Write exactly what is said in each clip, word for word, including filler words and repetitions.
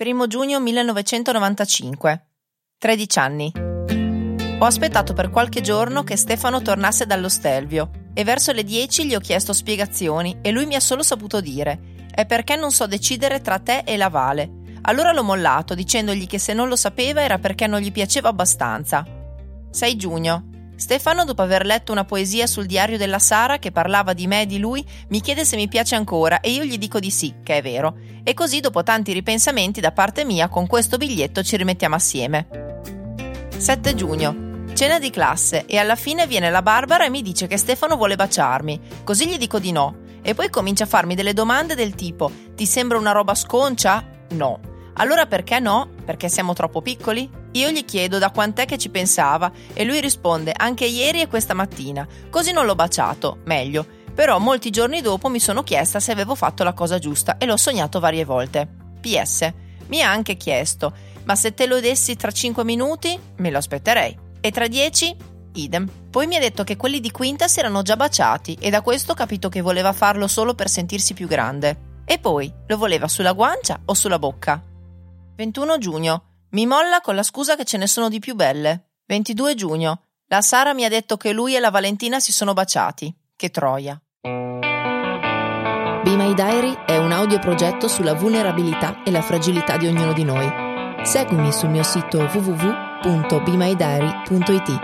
primo giugno millenovecentonovantacinque. tredici anni. Ho aspettato per qualche giorno che Stefano tornasse dallo Stelvio e verso le dieci gli ho chiesto spiegazioni e lui mi ha solo saputo dire: è perché non so decidere tra te e la Vale. Allora l'ho mollato dicendogli che se non lo sapeva era perché non gli piaceva abbastanza. sei giugno. Stefano, dopo aver letto una poesia sul diario della Sara che parlava di me e di lui, mi chiede se mi piace ancora e io gli dico di sì, che è vero. E così, dopo tanti ripensamenti da parte mia, con questo biglietto ci rimettiamo assieme. sette giugno. Cena di classe e alla fine viene la Barbara e mi dice che Stefano vuole baciarmi. Così gli dico di no. E poi comincia a farmi delle domande del tipo: ti sembra una roba sconcia? No. Allora perché no? Perché siamo troppo piccoli? Io gli chiedo da quant'è che ci pensava e lui risponde: anche ieri e questa mattina. Così non l'ho baciato, meglio. Però molti giorni dopo mi sono chiesta se avevo fatto la cosa giusta e l'ho sognato varie volte. P S. Mi ha anche chiesto: ma se te lo dessi tra cinque minuti? Me lo aspetterei. E tra dieci? Idem. Poi mi ha detto che quelli di quinta si erano già baciati e da questo ho capito che voleva farlo solo per sentirsi più grande. E poi, lo voleva sulla guancia o sulla bocca? ventuno giugno. Mi molla con la scusa che ce ne sono di più belle. ventidue giugno. La Sara mi ha detto che lui e la Valentina si sono baciati. Che troia. Be My Diary è un audioprogetto sulla vulnerabilità e la fragilità di ognuno di noi. Seguimi sul mio sito w w w punto be my diary punto i t.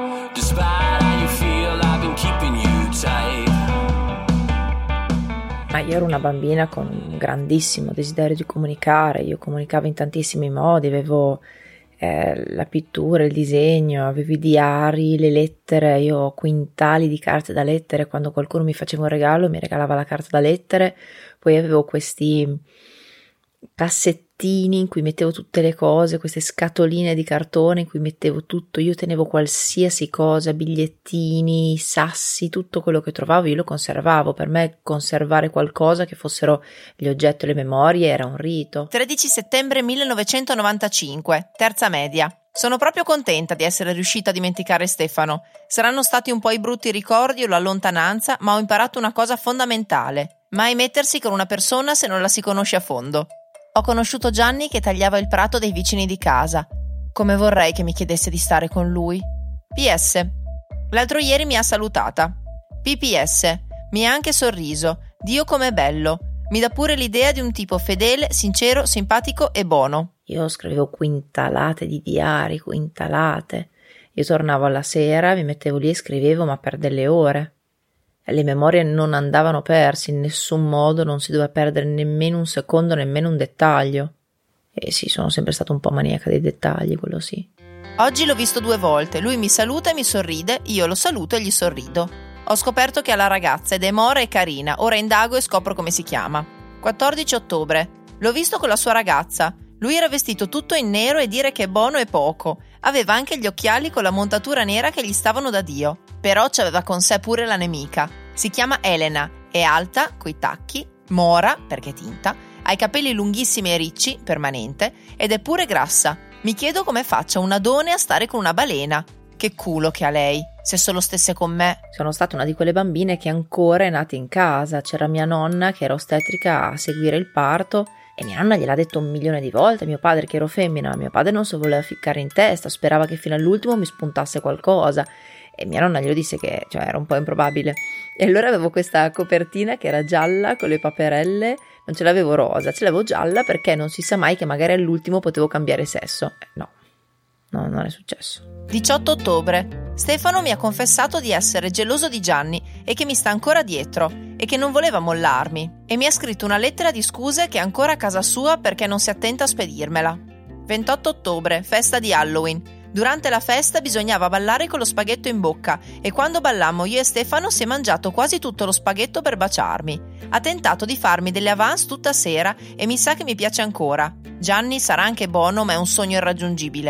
Ma io ero una bambina con un grandissimo desiderio di comunicare, io comunicavo in tantissimi modi, avevo eh, la pittura, il disegno, avevo i diari, le lettere, io ho quintali di carte da lettere, quando qualcuno mi faceva un regalo mi regalava la carta da lettere, poi avevo questi cassettini in cui mettevo tutte le cose, queste scatoline di cartone in cui mettevo tutto, io tenevo qualsiasi cosa, bigliettini, sassi, tutto quello che trovavo io lo conservavo. Per me conservare qualcosa, che fossero gli oggetti o le memorie, era un rito. tredici settembre millenovecentonovantacinque, terza media. Sono proprio contenta di essere riuscita a dimenticare Stefano. Saranno stati un po' i brutti ricordi o la lontananza, ma ho imparato una cosa fondamentale: mai mettersi con una persona se non la si conosce a fondo. Ho conosciuto Gianni che tagliava il prato dei vicini di casa. Come vorrei che mi chiedesse di stare con lui. P S. L'altro ieri mi ha salutata. P P S. Mi ha anche sorriso. Dio com'è bello. Mi dà pure l'idea di un tipo fedele, sincero, simpatico e buono. Io scrivevo quintalate di diari, quintalate. Io tornavo alla sera, mi mettevo lì e scrivevo, ma per delle ore. Le memorie non andavano perse in nessun modo, non si doveva perdere nemmeno un secondo, nemmeno un dettaglio. E sì, sono sempre stata un po' maniaca dei dettagli, quello sì. Oggi l'ho visto due volte, lui mi saluta e mi sorride, io lo saluto e gli sorrido. Ho scoperto che ha la ragazza ed è mora e carina, ora indago e scopro come si chiama. quattordici ottobre. L'ho visto con la sua ragazza. Lui era vestito tutto in nero e dire che è buono è poco. Aveva anche gli occhiali con la montatura nera che gli stavano da Dio. Però c'aveva con sé pure la nemica. Si chiama Elena, è alta, coi tacchi, mora, perché tinta, ha i capelli lunghissimi e ricci, permanente, ed è pure grassa. Mi chiedo come faccia una donna a stare con una balena. Che culo che ha lei, se solo stesse con me. Sono stata una di quelle bambine che ancora è nata in casa. C'era mia nonna che era ostetrica a seguire il parto e mia nonna gliel'ha detto un milione di volte a mio padre che ero femmina. Mio padre non se lo voleva ficcare in testa, sperava che fino all'ultimo mi spuntasse qualcosa. E mia nonna glielo disse che cioè, era un po' improbabile. E allora avevo questa copertina che era gialla con le paperelle, non ce l'avevo rosa, ce l'avevo gialla perché non si sa mai che magari all'ultimo potevo cambiare sesso. Eh, no, no, non è successo. diciotto ottobre. Stefano mi ha confessato di essere geloso di Gianni e che mi sta ancora dietro e che non voleva mollarmi. E mi ha scritto una lettera di scuse che è ancora a casa sua perché non si attenta a spedirmela. ventotto ottobre, festa di Halloween. Durante la festa bisognava ballare con lo spaghetto in bocca e quando ballammo io e Stefano si è mangiato quasi tutto lo spaghetto per baciarmi. Ha tentato di farmi delle avance tutta sera e mi sa che mi piace ancora. Gianni sarà anche buono ma è un sogno irraggiungibile. P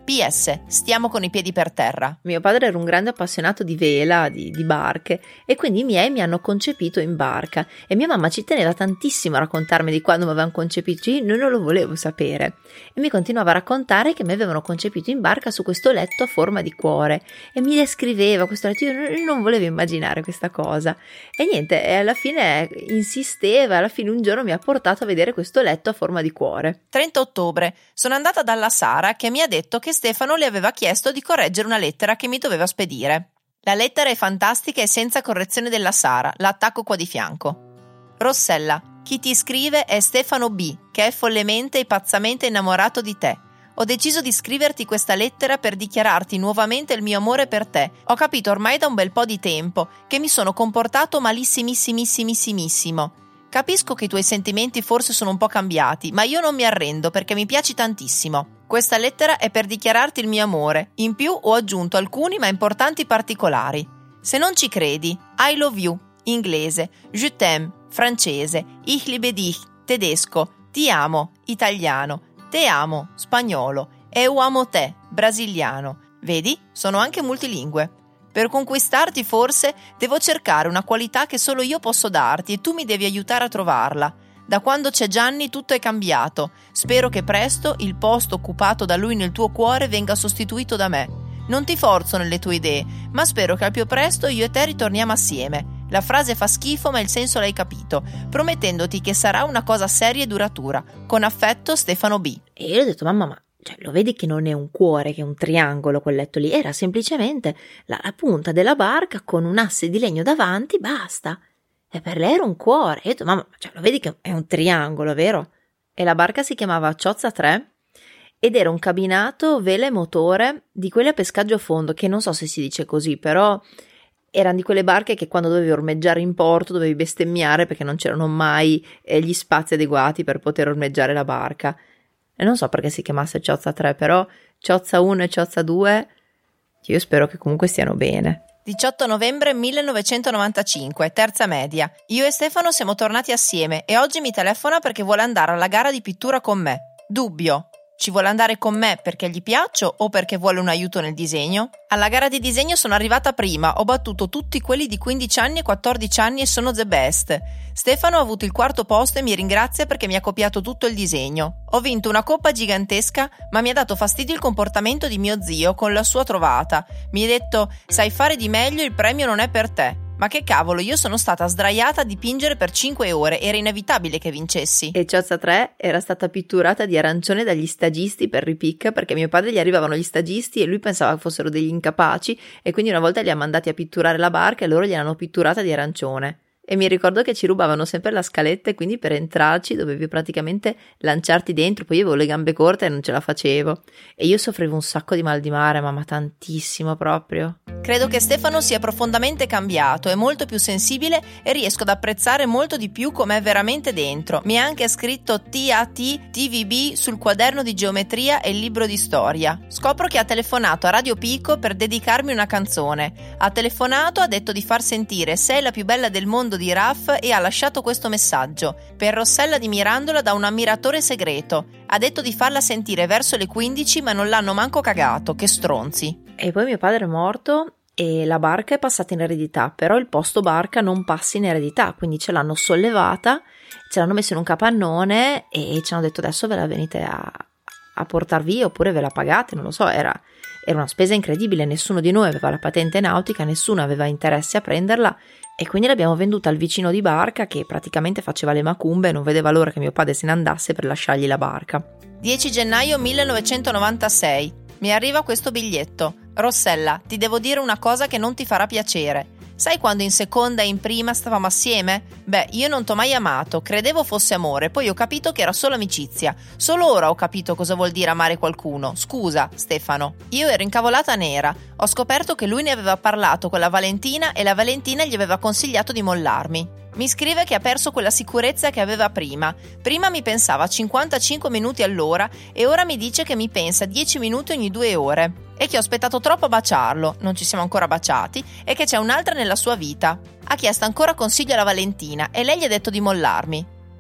P S. Stiamo con i piedi per terra. Mio padre era un grande appassionato di vela, di, di barche, e quindi i miei mi hanno concepito in barca e mia mamma ci teneva tantissimo a raccontarmi di quando mi avevano concepito. Io non lo volevo sapere e mi continuava a raccontare che mi avevano concepito in barca su questo letto a forma di cuore e mi descriveva questo letto. Io non, non volevo immaginare questa cosa e niente, e alla fine insisteva, alla fine un giorno mi ha portato a vedere questo letto a forma di cuore. trenta ottobre. Sono andata dalla Sara che mi ha detto che Stefano le aveva chiesto di correggere una lettera che mi doveva spedire. La lettera è fantastica e senza correzione della Sara, la attacco qua di fianco. Rossella, chi ti scrive è Stefano B, che è follemente e pazzamente innamorato di te. Ho deciso di scriverti questa lettera per dichiararti nuovamente il mio amore per te. Ho capito ormai da un bel po' di tempo che mi sono comportato malissimissimissimo. Capisco che i tuoi sentimenti forse sono un po' cambiati, ma io non mi arrendo perché mi piaci tantissimo. Questa lettera è per dichiararti il mio amore. In più ho aggiunto alcuni ma importanti particolari. Se non ci credi, I love you, inglese, je t'aime, francese, ich liebe dich, tedesco, ti amo, italiano, te amo, spagnolo, eu amo te, brasiliano. Vedi? Sono anche multilingue. Per conquistarti forse devo cercare una qualità che solo io posso darti e tu mi devi aiutare a trovarla. Da quando c'è Gianni tutto è cambiato. Spero che presto il posto occupato da lui nel tuo cuore venga sostituito da me. Non ti forzo nelle tue idee, ma spero che al più presto io e te ritorniamo assieme. La frase fa schifo, ma il senso l'hai capito, promettendoti che sarà una cosa seria e duratura. Con affetto, Stefano B. E io ho detto, mamma, ma cioè, lo vedi che non è un cuore, che è un triangolo quel letto lì? Era semplicemente la, la punta della barca con un asse di legno davanti, basta. E per lei era un cuore. E io ho detto, mamma, cioè, lo vedi che è un triangolo, vero? E la barca si chiamava Ciozza tre ed era un cabinato vela e motore di quelle a pescaggio a fondo, che non so se si dice così, però erano di quelle barche che quando dovevi ormeggiare in porto dovevi bestemmiare perché non c'erano mai eh, gli spazi adeguati per poter ormeggiare la barca. E non so perché si chiamasse Ciozza tre, però Ciozza uno e Ciozza due io spero che comunque stiano bene. diciotto novembre millenovecentonovantacinque, terza media. Io e Stefano siamo tornati assieme e oggi mi telefona perché vuole andare alla gara di pittura con me. Dubbio. Ci vuole andare con me perché gli piaccio o perché vuole un aiuto nel disegno? Alla gara di disegno sono arrivata prima, ho battuto tutti quelli di quindici anni e quattordici anni e sono the best. Stefano ha avuto il quarto posto e mi ringrazia perché mi ha copiato tutto il disegno. Ho vinto una coppa gigantesca, ma mi ha dato fastidio il comportamento di mio zio con la sua trovata. Mi ha detto, sai fare di meglio, il premio non è per te. Ma che cavolo, io sono stata sdraiata a dipingere per cinque ore, era inevitabile che vincessi. E Ciozza tre era stata pitturata di arancione dagli stagisti per ripicca, perché a mio padre gli arrivavano gli stagisti e lui pensava fossero degli incapaci e quindi una volta li ha mandati a pitturare la barca e loro gliel'hanno pitturata di arancione. E mi ricordo che ci rubavano sempre la scaletta e quindi per entrarci dovevi praticamente lanciarti dentro, poi io avevo le gambe corte e non ce la facevo. E io soffrivo un sacco di mal di mare, mamma, tantissimo proprio. Credo che Stefano sia profondamente cambiato, è molto più sensibile e riesco ad apprezzare molto di più com'è veramente dentro. Mi ha anche scritto T A T T V B sul quaderno di geometria e il libro di storia. Scopro che ha telefonato a Radio Pico per dedicarmi una canzone. Ha telefonato, ha detto di far sentire Sei la più bella del mondo di Raff e ha lasciato questo messaggio. Per Rossella di Mirandola da un ammiratore segreto. Ha detto di farla sentire verso le quindici ma non l'hanno manco cagato, che stronzi. E poi mio padre è morto e la barca è passata in eredità, però il posto barca non passa in eredità, quindi ce l'hanno sollevata, ce l'hanno messa in un capannone e ci hanno detto adesso ve la venite a, a portar via oppure ve la pagate, non lo so, era, era una spesa incredibile, nessuno di noi aveva la patente nautica, nessuno aveva interesse a prenderla e quindi l'abbiamo venduta al vicino di barca che praticamente faceva le macumbe e non vedeva l'ora che mio padre se ne andasse per lasciargli la barca. dieci gennaio millenovecentonovantasei. Mi arriva questo biglietto. Rossella, ti devo dire una cosa che non ti farà piacere. Sai quando in seconda e in prima stavamo assieme? Beh, io non t'ho mai amato, credevo fosse amore, poi ho capito che era solo amicizia. Solo ora ho capito cosa vuol dire amare qualcuno. Scusa, Stefano. Io ero incavolata nera. Ho scoperto che lui ne aveva parlato con la Valentina e la Valentina gli aveva consigliato di mollarmi. Mi scrive che ha perso quella sicurezza che aveva prima. Prima mi pensava a cinquantacinque minuti all'ora e ora mi dice che mi pensa dieci minuti ogni due ore. E che ho aspettato troppo a baciarlo, non ci siamo ancora baciati, e che c'è un'altra nella sua vita. Ha chiesto ancora consiglio alla Valentina e lei gli ha detto di mollarmi.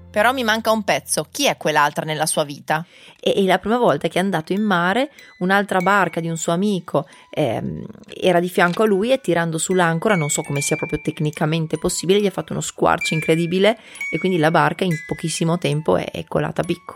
Però mi manca un pezzo. Chi è quell'altra nella sua vita? E, e la prima volta che è andato in mare, un'altra barca di un suo amico ehm, era di fianco a lui e tirando sull'ancora, non so come sia proprio tecnicamente possibile, gli ha fatto uno squarcio incredibile e quindi la barca in pochissimo tempo è, è colata a picco.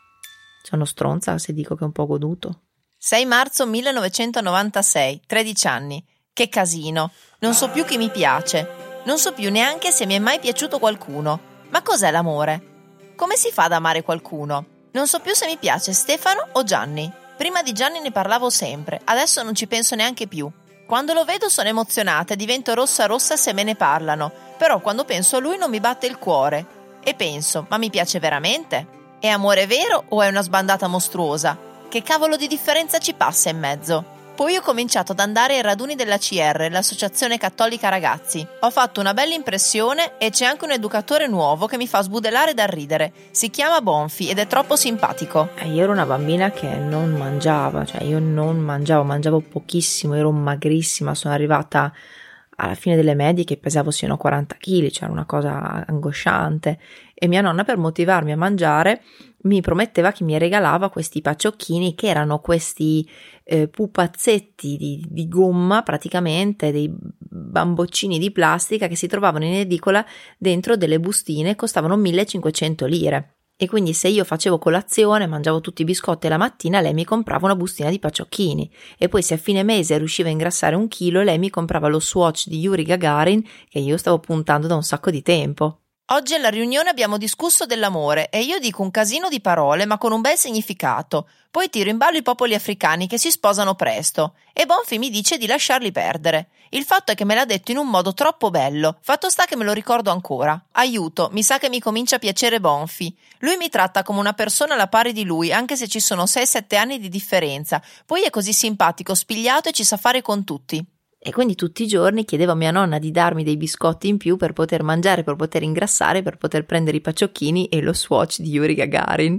Sono stronza se dico che è un po' goduto. sei marzo millenovecentonovantasei, tredici anni. Che casino. Non so più chi mi piace. Non so più neanche se mi è mai piaciuto qualcuno. Ma cos'è l'amore? Come si fa ad amare qualcuno? Non so più se mi piace Stefano o Gianni. Prima di Gianni ne parlavo sempre, adesso non ci penso neanche più. Quando lo vedo sono emozionata e divento rossa rossa se me ne parlano, però quando penso a lui non mi batte il cuore. E penso, ma mi piace veramente? È amore vero o è una sbandata mostruosa? Che cavolo di differenza ci passa in mezzo? Poi ho cominciato ad andare ai raduni della C R, l'Associazione Cattolica Ragazzi. Ho fatto una bella impressione e c'è anche un educatore nuovo che mi fa sbudelare dal ridere. Si chiama Bonfi ed è troppo simpatico. Eh, io ero una bambina che non mangiava, cioè io non mangiavo, mangiavo pochissimo, ero magrissima, sono arrivata alla fine delle medie che pesavo sino a quaranta chili, cioè una cosa angosciante. E mia nonna, per motivarmi a mangiare, mi prometteva che mi regalava questi paciocchini che erano questi eh, pupazzetti di, di gomma, praticamente dei bamboccini di plastica che si trovavano in edicola dentro delle bustine, costavano millecinquecento lire. E quindi se io facevo colazione, mangiavo tutti i biscotti la mattina, lei mi comprava una bustina di paciocchini. E poi se a fine mese riusciva a ingrassare un chilo, lei mi comprava lo Swatch di Yuri Gagarin che io stavo puntando da un sacco di tempo. Oggi alla riunione abbiamo discusso dell'amore e io dico un casino di parole ma con un bel significato. Poi tiro in ballo i popoli africani che si sposano presto e Bonfi mi dice di lasciarli perdere. Il fatto è che me l'ha detto in un modo troppo bello, fatto sta che me lo ricordo ancora. Aiuto, mi sa che mi comincia a piacere Bonfi. Lui mi tratta come una persona alla pari di lui, anche se ci sono sei sette anni di differenza. Poi è così simpatico, spigliato e ci sa fare con tutti. E quindi tutti i giorni chiedevo a mia nonna di darmi dei biscotti in più per poter mangiare, per poter ingrassare, per poter prendere i paciocchini e lo Swatch di Yuri Gagarin.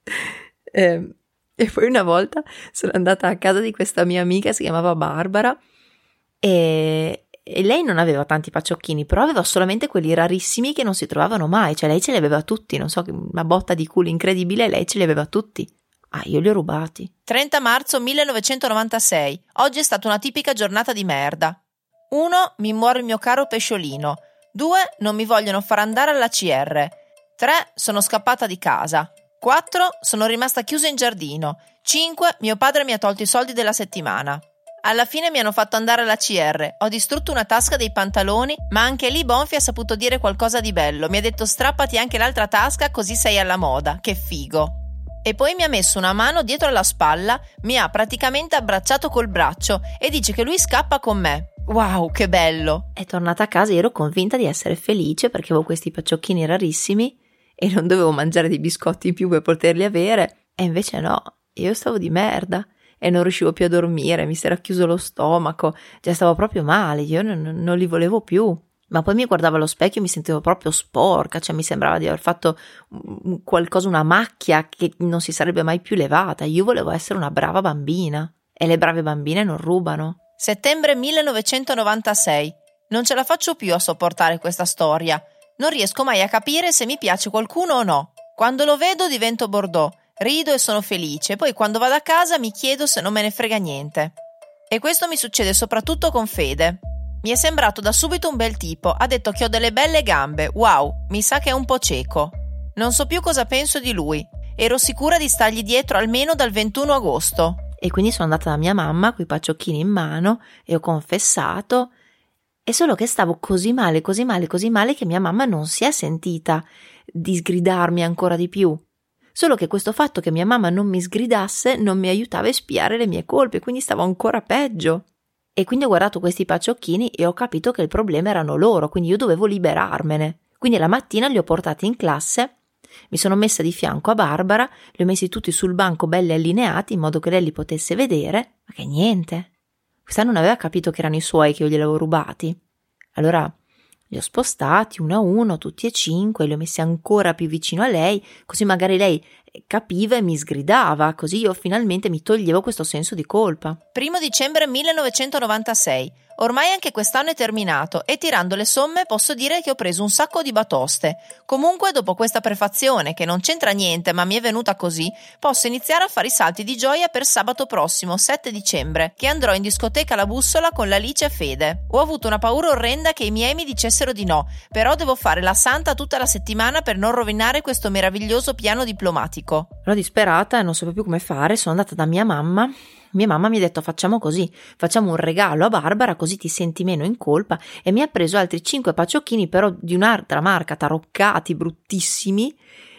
E, e poi una volta sono andata a casa di questa mia amica, si chiamava Barbara, e, e lei non aveva tanti paciocchini, però aveva solamente quelli rarissimi che non si trovavano mai, cioè lei ce li aveva tutti, non so, una botta di culo incredibile, lei ce li aveva tutti. Ah, io li ho rubati. trenta marzo millenovecentonovantasei. Oggi è stata una tipica giornata di merda. uno. Mi muore il mio caro pesciolino. due. Non mi vogliono far andare alla C R. tre. Sono scappata di casa. quattro. Sono rimasta chiusa in giardino. cinque. Mio padre mi ha tolto i soldi della settimana. Alla fine mi hanno fatto andare alla C R. Ho distrutto una tasca dei pantaloni, ma anche lì Bonfi ha saputo dire qualcosa di bello. Mi ha detto strappati anche l'altra tasca così sei alla moda. Che figo. E poi mi ha messo una mano dietro alla spalla, mi ha praticamente abbracciato col braccio e dice che lui scappa con me. Wow, che bello! È tornata a casa e ero convinta di essere felice perché avevo questi paciocchini rarissimi e non dovevo mangiare dei biscotti in più per poterli avere. E invece no, io stavo di merda e non riuscivo più a dormire, mi si era chiuso lo stomaco, già stavo proprio male, io non, non li volevo più. Ma poi mi guardavo allo specchio e mi sentivo proprio sporca, cioè mi sembrava di aver fatto qualcosa, una macchia che non si sarebbe mai più levata. Io volevo essere una brava bambina e le brave bambine non rubano. Settembre millenovecentonovantasei. Non ce la faccio più a sopportare questa storia. Non riesco mai a capire se mi piace qualcuno o no. Quando lo vedo divento Bordeaux, rido e sono felice, poi quando vado a casa mi chiedo se non me ne frega niente. E questo mi succede soprattutto con Fede. Mi è sembrato da subito un bel tipo, ha detto che ho delle belle gambe, wow, mi sa che è un po' cieco. Non so più cosa penso di lui, ero sicura di stargli dietro almeno dal ventuno agosto. E quindi sono andata da mia mamma coi paciocchini in mano e ho confessato, e solo che stavo così male, così male, così male che mia mamma non si è sentita di sgridarmi ancora di più. Solo che questo fatto che mia mamma non mi sgridasse non mi aiutava a espiare le mie colpe, quindi stavo ancora peggio. E quindi ho guardato questi paciocchini e ho capito che il problema erano loro, quindi io dovevo liberarmene. Quindi la mattina li ho portati in classe, mi sono messa di fianco a Barbara, li ho messi tutti sul banco belli allineati in modo che lei li potesse vedere, ma che niente. Questa non aveva capito che erano i suoi, che io glieli avevo rubati. Allora li ho spostati uno a uno, tutti e cinque, li ho messi ancora più vicino a lei, così magari lei capiva e mi sgridava, così io finalmente mi toglievo questo senso di colpa. Primo dicembre millenovecentonovantasei. Ormai anche quest'anno è terminato e tirando le somme posso dire che ho preso un sacco di batoste. Comunque, dopo questa prefazione, che non c'entra niente ma mi è venuta così, posso iniziare a fare i salti di gioia per sabato prossimo, sette dicembre, che andrò in discoteca alla Bussola con l'Alice e Fede. Ho avuto una paura orrenda che i miei mi dicessero di no, però devo fare la santa tutta la settimana per non rovinare questo meraviglioso piano diplomatico. Ero disperata e non sapevo più come fare, sono andata da mia mamma. Mia mamma mi ha detto facciamo così, facciamo un regalo a Barbara così ti senti meno in colpa, e mi ha preso altri cinque pacciocchini però di un'altra marca, taroccati, bruttissimi,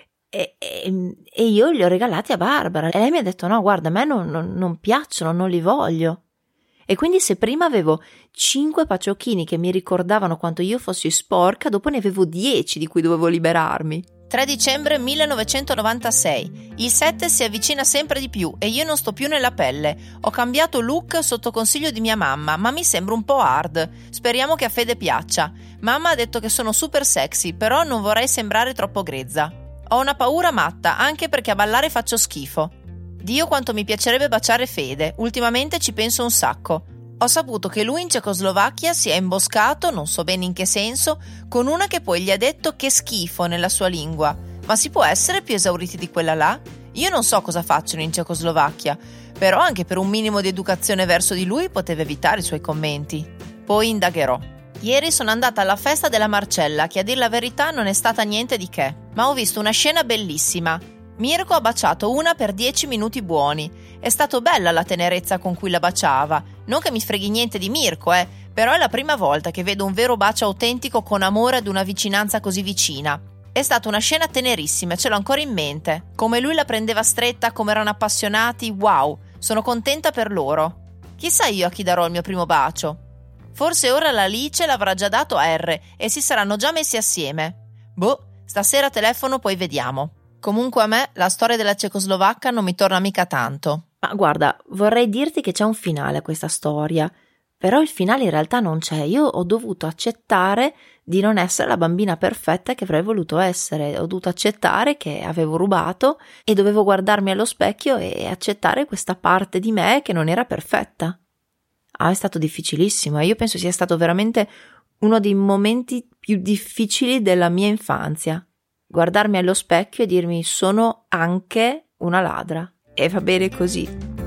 e, e, e io li ho regalati a Barbara e lei mi ha detto no guarda, a me non, non, non piacciono, non li voglio. E quindi se prima avevo cinque pacciocchini che mi ricordavano quanto io fossi sporca, dopo ne avevo dieci di cui dovevo liberarmi. tre dicembre millenovecentonovantasei. Il sette si avvicina sempre di più e io non sto più nella pelle. Ho cambiato look sotto consiglio di mia mamma, ma mi sembra un po' hard. Speriamo che a Fede piaccia. Mamma ha detto che sono super sexy, però non vorrei sembrare troppo grezza. Ho una paura matta, anche perché a ballare faccio schifo. Dio quanto mi piacerebbe baciare Fede, ultimamente ci penso un sacco. Ho saputo che lui in Cecoslovacchia si è imboscato, non so bene in che senso, con una che poi gli ha detto che schifo nella sua lingua. Ma si può essere più esauriti di quella là? Io non so cosa facciano in Cecoslovacchia, però anche per un minimo di educazione verso di lui poteva evitare i suoi commenti. Poi indagherò. Ieri sono andata alla festa della Marcella, che a dir la verità non è stata niente di che, ma ho visto una scena bellissima. Mirko ha baciato una per dieci minuti buoni. È stato bella la tenerezza con cui la baciava. Non che mi freghi niente di Mirko, eh, però è la prima volta che vedo un vero bacio autentico con amore ad una vicinanza così vicina. È stata una scena tenerissima, ce l'ho ancora in mente. Come lui la prendeva stretta, come erano appassionati, wow, sono contenta per loro. Chissà io a chi darò il mio primo bacio. Forse ora l'Alice l'avrà già dato a R e si saranno già messi assieme. Boh, stasera telefono poi vediamo. Comunque a me la storia della Cecoslovacca non mi torna mica tanto. Ma guarda, vorrei dirti che c'è un finale a questa storia, però il finale in realtà non c'è. Io ho dovuto accettare di non essere la bambina perfetta che avrei voluto essere. Ho dovuto accettare che avevo rubato e dovevo guardarmi allo specchio e accettare questa parte di me che non era perfetta. Ah, è stato difficilissimo e io penso sia stato veramente uno dei momenti più difficili della mia infanzia. Guardarmi allo specchio e dirmi sono anche una ladra. E va bene così.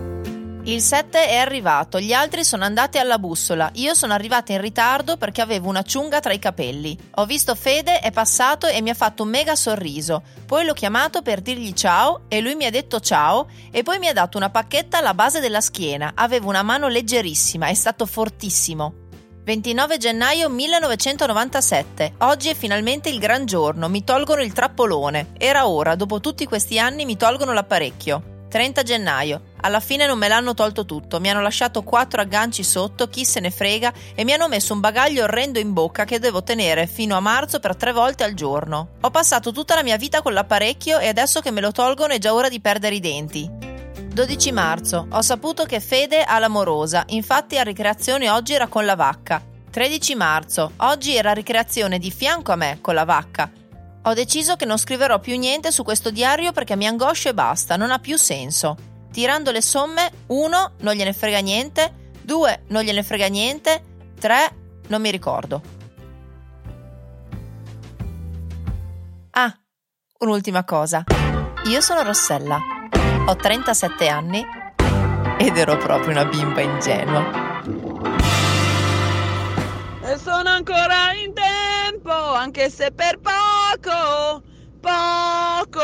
Il sette è arrivato, gli altri sono andati alla Bussola. Io sono arrivata in ritardo perché avevo una ciunga tra i capelli. Ho visto Fede, è passato e mi ha fatto un mega sorriso. Poi l'ho chiamato per dirgli ciao e lui mi ha detto ciao e poi mi ha dato una pacchetta alla base della schiena. Avevo una mano leggerissima, è stato fortissimo. ventinove gennaio millenovecentonovantasette. Oggi è finalmente il gran giorno, mi tolgono il trappolone. Era ora, dopo tutti questi anni mi tolgono l'apparecchio. trenta gennaio. Alla fine non me l'hanno tolto tutto, mi hanno lasciato quattro agganci sotto, chi se ne frega, e mi hanno messo un bagaglio orrendo in bocca che devo tenere fino a marzo per tre volte al giorno. Ho passato tutta la mia vita con l'apparecchio e adesso che me lo tolgono è già ora di perdere i denti. dodici marzo. Ho saputo che Fede ha l'amorosa, infatti a ricreazione oggi era con la vacca. tredici marzo. Oggi era ricreazione di fianco a me con la vacca. Ho deciso che non scriverò più niente su questo diario perché mi angoscio e basta, non ha più senso. Tirando le somme, uno, non gliene frega niente, due, non gliene frega niente, tre, non mi ricordo. Ah, un'ultima cosa. Io sono Rossella, ho trentasette anni ed ero proprio una bimba ingenua. E sono ancora in tempo, anche se per poco, poco.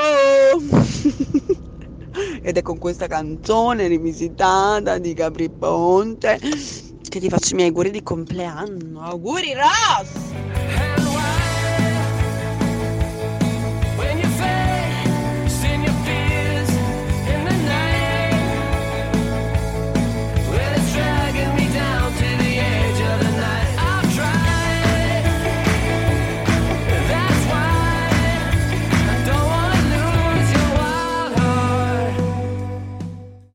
Ed è con questa canzone rivisitata di Gabry Ponte che ti faccio i miei auguri di compleanno. Auguri Ross!